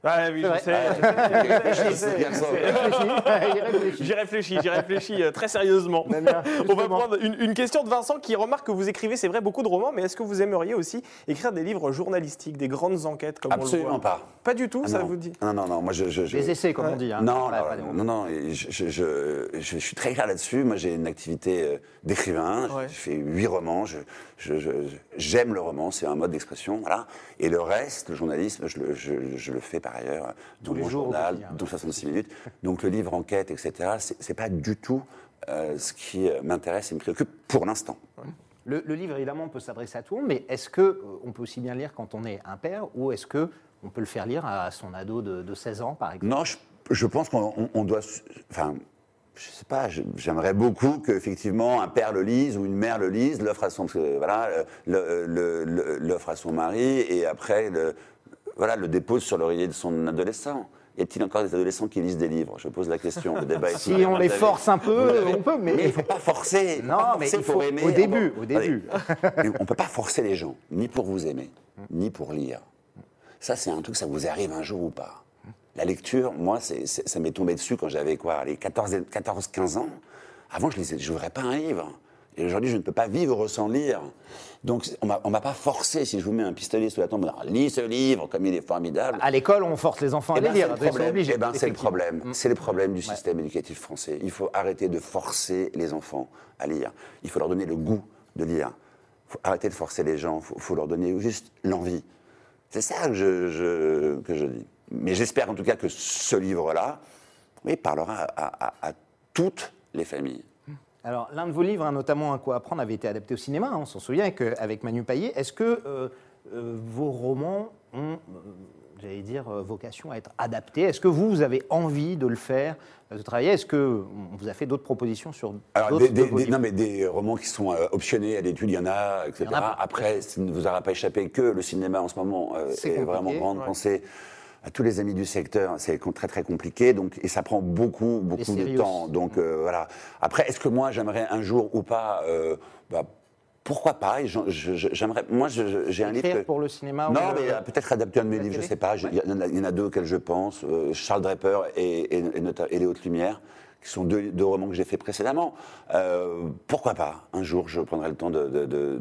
Ah oui, je vrai. sais. Ouais. je sais, je sais, je sais, C'est bien je ça. sais. Il réfléchit. J'y réfléchis, j'y réfléchis euh, très sérieusement. Damien, On va justement. prendre une, une question de Vincent qui remarque que vous écrivez, c'est vrai, beaucoup de romans, mais est-ce que vous aimeriez aussi écrire des livres journalistiques, des grandes enquêtes comme on le Absolument voit pas. Pas du tout, Ah ça non. vous dit Non, non, non. Moi, je, je, je- Des essais, comme on dit. Hein. Non, Pas- non, pas des romans. non, non, et je, je, je, je- je suis très clair là-dessus. Moi, j'ai une activité euh, d'écrivain. Ouais. Je fais huit romans. Je, je- je- j'aime le roman, c'est un mode d'expression, voilà. Et le reste, le journalisme, je le, je, je le fais par ailleurs dans Tous les mon jours, au journal, quotidien. dans soixante-six minutes. Donc, le livre enquête, et cetera. C'est, c'est pas du tout euh, ce qui euh, m'intéresse et me préoccupe pour l'instant. Le, le livre, évidemment, on peut s'adresser à tout le monde, mais est-ce qu'on peut aussi bien lire quand on est un père ou est-ce qu'on peut le faire lire à son ado de, de seize ans, par exemple? Non, je, je pense qu'on on- on doit. Enfin, je sais pas, je- j'aimerais beaucoup qu'effectivement un père le lise ou une mère le lise, l'offre à son, euh, voilà, le- le- le- l'offre à son mari et après le, voilà, le dépose sur l'oreiller de son adolescent. Y a-t-il encore des adolescents qui lisent des livres? Je pose la question. Le débat est Si on les force un peu, on peut, mais... Mais il ne faut pas forcer. faut Non, pas mais forcer il pour faut- aimer. au début, On va- au début. Allez, on ne peut pas forcer les gens, ni pour vous aimer, ni pour lire. Ça, c'est un truc, ça vous arrive un jour ou pas. La lecture, moi, c'est- c'est- ça m'est tombé dessus quand j'avais quoi, les quatorze quinze ans. Avant, je lisais, je n'ouvrais pas un livre. Et aujourd'hui, je ne peux pas vivre sans lire. Donc, on ne m'a pas forcé. Si je vous mets un pistolet sous la tempe, lis ce livre, comme il est formidable. À l'école, on force les enfants à Eh les ben, lire. c'est le ils sont problème. obligés, Eh ben, c'est le effectivement. problème. Mm. C'est le problème du système éducatif français. Il faut arrêter de forcer les enfants à lire. Il faut leur donner le goût de lire. Il faut arrêter de forcer les gens. Il faut, faut leur donner juste l'envie. C'est ça que je, je- que je dis. Mais j'espère en tout cas que ce livre-là, oui, parlera à, à- à toutes les familles. Alors, l'un de vos livres, hein, notamment Un coup à apprendre, avait été adapté au cinéma, hein, on s'en souvient, avec, euh, avec Manu Payet. Est-ce que euh, euh, vos romans ont, euh, j'allais dire, euh, vocation à être adaptés? Est-ce que vous, vous avez envie de le faire, euh, de travailler? Est-ce qu'on vous a fait d'autres propositions sur Alors, d'autres des, des- de vos des- livres? non, mais des romans qui sont euh, optionnés à l'étude, il y en a, et cetera. Il y en a pas. Après, ça ne vous aura pas échappé que le cinéma en ce moment euh, C'est est compliqué, vraiment grande ouais. pensée. À tous les amis du secteur, c'est com- très très compliqué, donc et ça prend beaucoup beaucoup séries de temps. aussi. Donc euh, voilà. Après, est-ce que moi j'aimerais un jour ou pas euh, bah, pourquoi pas? Et j'en- je- je- J'aimerais. Moi, je- je- j'ai un livre. Écrire que- pour le cinéma ou Non, le- mais euh, peut-être adapter un de mes la livres, je télé? sais pas. Je- Il y, en a- il y en a deux auxquels je pense. euh, Charles Draper et, et, et nota- et Les Hautes Lumières, qui sont deux, deux romans que j'ai fait précédemment. Euh, pourquoi pas? Un jour, je prendrai le temps de, de- de-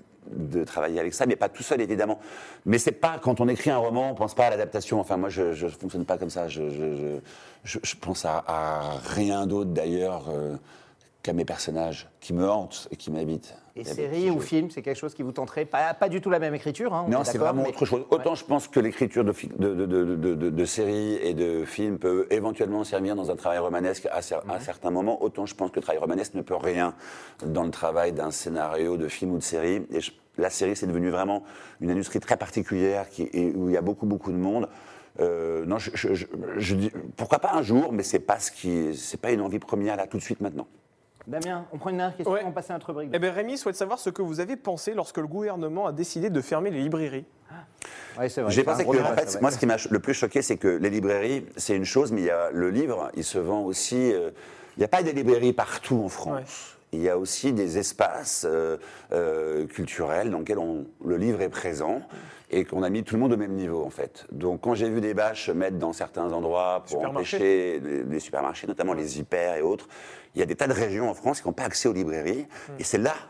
de travailler avec ça, mais pas tout seul, évidemment. Mais c'est pas, quand on écrit un roman, on pense pas à l'adaptation. Enfin, moi, je ne fonctionne pas comme ça. Je, je, je, je- je pense à, à rien d'autre, d'ailleurs, euh, qu'à mes personnages qui me hantent et qui m'habitent. Et avec séries qui ou je- films, c'est quelque chose qui vous tenterait? Pas, pas du tout la même écriture, hein, on Non, est c'est d'accord, vraiment mais- autre chose. Autant je pense que l'écriture de, fi- de, de, de, de, de- de séries et de films peut éventuellement servir dans un travail romanesque à, cer- à certains moments, autant je pense que le travail romanesque ne peut rien dans le travail d'un scénario de film ou de série. Et je- la série, c'est devenu vraiment une industrie très particulière qui, et où il y a beaucoup, beaucoup de monde. Euh, non, je, je- je- je dis pourquoi pas un jour, mais c'est pas ce qui, c'est pas une envie première là tout de suite maintenant. Damien, on prend une dernière question, Ouais. on passe à notre rubrique. Eh bien, Rémi souhaite savoir ce que vous avez pensé lorsque le gouvernement a décidé de fermer les librairies. Ouais, c'est vrai, J'ai c'est un pensé gros que, débat, en fait, ça, ouais. moi, ce qui m'a le plus choqué, c'est que les librairies, c'est une chose, mais il y a le livre, il se vend aussi. euh, il n'y a pas des librairies partout en France. Ouais. Il y a aussi des espaces euh, euh, culturels dans lesquels on- le livre est présent et qu'on a mis tout le monde au même niveau, en fait. Donc, quand j'ai vu des bâches se mettre dans certains endroits pour Supermarchés. empêcher les, les supermarchés, notamment les hyper et autres, il y a des tas de régions en France qui n'ont pas accès aux librairies. Et c'est là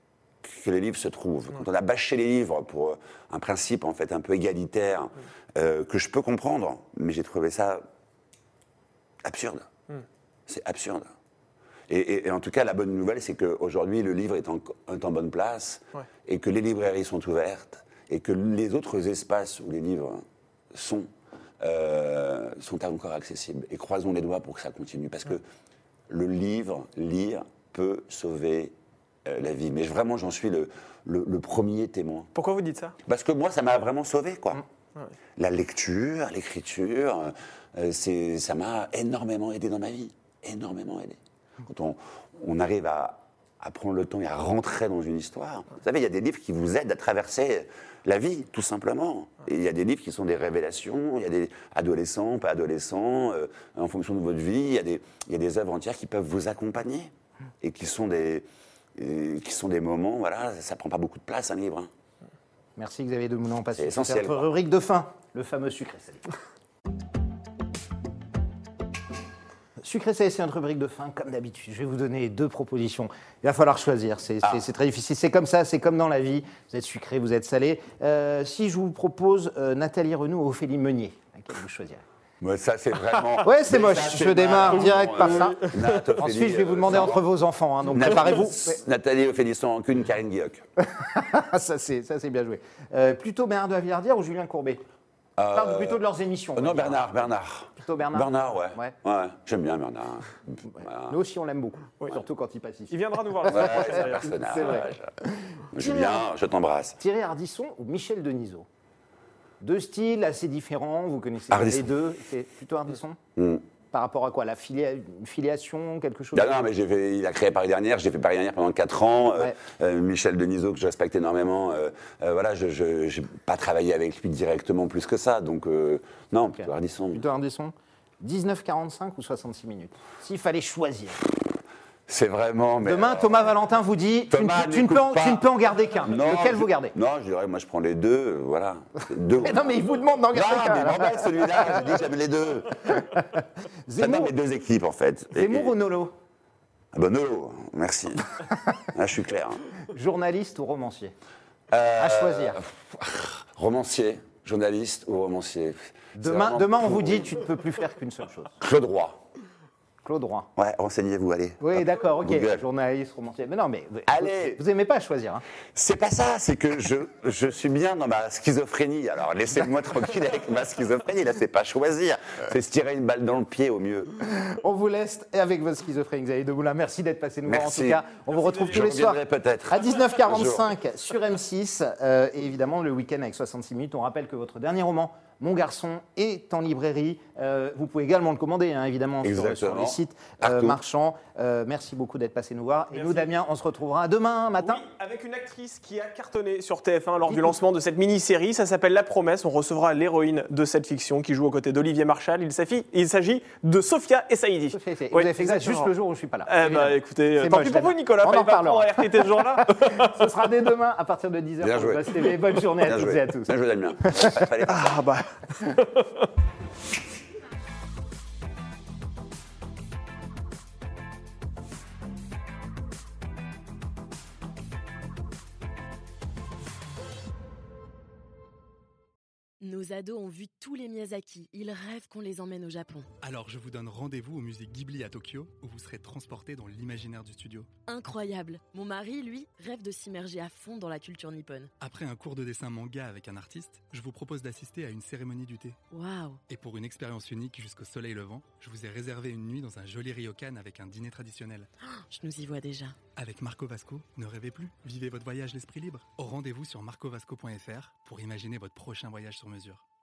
que les livres se trouvent. Quand on a bâché les livres pour euh, un principe en fait un peu égalitaire euh, que je peux comprendre, mais j'ai trouvé ça absurde. C'est absurde. Et, et- et en tout cas, la bonne nouvelle, c'est qu'aujourd'hui, le livre est en, est en bonne place Ouais. et que les librairies sont ouvertes et que les autres espaces où les livres sont euh, sont encore accessibles. Et croisons les doigts pour que ça continue. Parce que le livre, lire, peut sauver euh, la vie. Mais vraiment, j'en suis le, le- le premier témoin. Pourquoi vous dites ça? Parce que moi, ça m'a vraiment sauvé, quoi. La lecture, l'écriture, euh, c'est- ça m'a énormément aidé dans ma vie. Énormément aidé. Quand on, on arrive à, à prendre le temps et à rentrer dans une histoire. Vous savez, il y a des livres qui vous aident à traverser la vie, tout simplement. Et il y a des livres qui sont des révélations. Il y a des adolescents, pas adolescents, euh, en fonction de votre vie. Il y a des, il y a des œuvres entières qui peuvent vous accompagner et qui sont des, et qui sont des moments, voilà, ça prend pas beaucoup de place, un livre. hein. Merci Xavier Demoulin, on passe C'est sur essentiel, notre quoi. rubrique de fin, le fameux sucré salé. Sucré salé, c'est notre rubrique de fin, comme d'habitude. Je vais vous donner deux propositions. Il va falloir choisir. C'est Ah. c'est- c'est très difficile. C'est comme ça, c'est comme dans la vie. Vous êtes sucré, vous êtes salé. Euh, si je vous propose euh, Nathalie Renou ou Ophélie Meunier, laquelle vous choisirez? Ouais, ça, c'est vraiment. Ouais, c'est Mais moche. ça, Je c'est démarre marrant. direct par ça. Nat, Ophélie, Ensuite, je vais vous euh, demander ça entre va. vos enfants. hein, donc Nat- préparez-vous. Ouais. Nathalie, Ophélie sans rancune, Karine Guilloc. Ah, ça, c'est ça, c'est bien joué. Euh, plutôt Bernard de la Villardière ou Julien Courbet? Je parle plutôt de leurs émissions. on Euh, va non, dire. Bernard, Bernard. Plutôt Bernard. Bernard, ouais. Ouais. Ouais, j'aime bien Bernard. Voilà. Nous aussi, on l'aime beaucoup. Surtout quand il passe ici. Il viendra nous voir la Ouais, semaine prochaine, c'est un d'ailleurs. personnage. C'est vrai. Julien, je t'embrasse. Thierry Ardisson ou Michel Denisot? Deux styles assez différents, vous connaissez Ardisson. les deux. C'est plutôt Ardisson. Hmm. Par rapport à quoi? La filia- une filiation, quelque chose? Ah non, mais j'ai fait, il a créé Paris Dernière, j'ai fait Paris Dernière pendant quatre ans. Euh, Ouais. euh, Michel Denisot, que je respecte énormément, euh, euh, voilà, je n'ai pas travaillé avec lui directement plus que ça. Donc, euh, non, plutôt Ardisson. Plutôt Ardisson. dix-neuf quarante-cinq ou soixante-six minutes? S'il fallait choisir. C'est vraiment. Mais Demain, alors, Thomas Valentin vous dit tu ne, Thomas, peux- tu ne n'écoute peux en, pas. tu ne peux en garder qu'un. non, Lequel je- vous gardez? Non, je dirais, moi je prends les deux, euh, voilà. Deux. Mais non, mais il vous demande d'en Non, garder mais qu'un. il alors. m'embête celui-là, j'ai dit que j'avais les deux. Ça donne Zemmour, mes deux équipes en fait. Et- Zemmour et- ou Nolo? Ah ben Nolo, merci. Là, je suis clair. Journaliste ou romancier? Euh, À choisir. Romancier, journaliste ou romancier. C'est Demain, vraiment demain, on tout. vous dit tu ne peux plus faire qu'une seule chose. Claude Roy. Claude Roy. Ouais, renseignez-vous, allez. Oui, Hop, d'accord, ok. Google. Journaliste, romancier. Mais non, mais vous- Allez. vous n'aimez pas choisir. Hein. C'est pas ça, c'est que je, je suis bien dans ma schizophrénie. Alors laissez-moi tranquille avec ma schizophrénie. Là, c'est pas choisir, c'est se tirer une balle dans le pied au mieux. On vous laisse avec votre schizophrénie, Xavier Demoulin. Merci d'être passé nous voir. En Merci. tout cas, on vous retrouve Je tous les soirs reviendrai peut-être. à dix-neuf quarante-cinq sur M six. euh, et évidemment, le week-end avec soixante-six minutes. On rappelle que votre dernier roman, Mon garçon, est en librairie. Euh, vous pouvez également le commander, hein, évidemment, sur, sur Exactement. les sites euh, Partout. marchands. Euh, merci beaucoup d'être passé nous voir. Et Merci. nous, Damien, on se retrouvera demain matin. Oui, avec une actrice qui a cartonné sur T F un lors du Dites-nous. lancement de cette mini-série. Ça s'appelle La Promesse. On recevra l'héroïne de cette fiction qui joue aux côtés d'Olivier Marchal. Il s'agit, il s'agit de Sophia Essaïdi. Sophia Essaïdi. Oui, vous avez fait ça juste exactement. le jour où je ne suis pas là. Eh évidemment. bah écoutez, C'est tant moche, pis pour vous Damien. Nicolas, On en fallait pas reparlera. prendre R T T ce jour-là. Ce sera dès demain à partir de dix heures Bien pour joué. Buzz T V. Bonne journée à Bien toutes joué. et à tous. Bien joué, Damien. Fallait pas- Ah bah. Nos ados ont vu tous les Miyazaki. Ils rêvent qu'on les emmène au Japon. Alors je vous donne rendez-vous au musée Ghibli à Tokyo, où vous serez transporté dans l'imaginaire du studio. Incroyable. Mon mari, lui, rêve de s'immerger à fond dans la culture nippone. Après un cours de dessin manga avec un artiste, je vous propose d'assister à une cérémonie du thé. Waouh. Et pour une expérience unique jusqu'au soleil levant, je vous ai réservé une nuit dans un joli ryokan avec un dîner traditionnel. Je nous y vois déjà. Avec Marco Vasco, ne rêvez plus, vivez votre voyage l'esprit libre. Au rendez-vous sur marco vasco point f r pour imaginer votre prochain voyage sur mesure.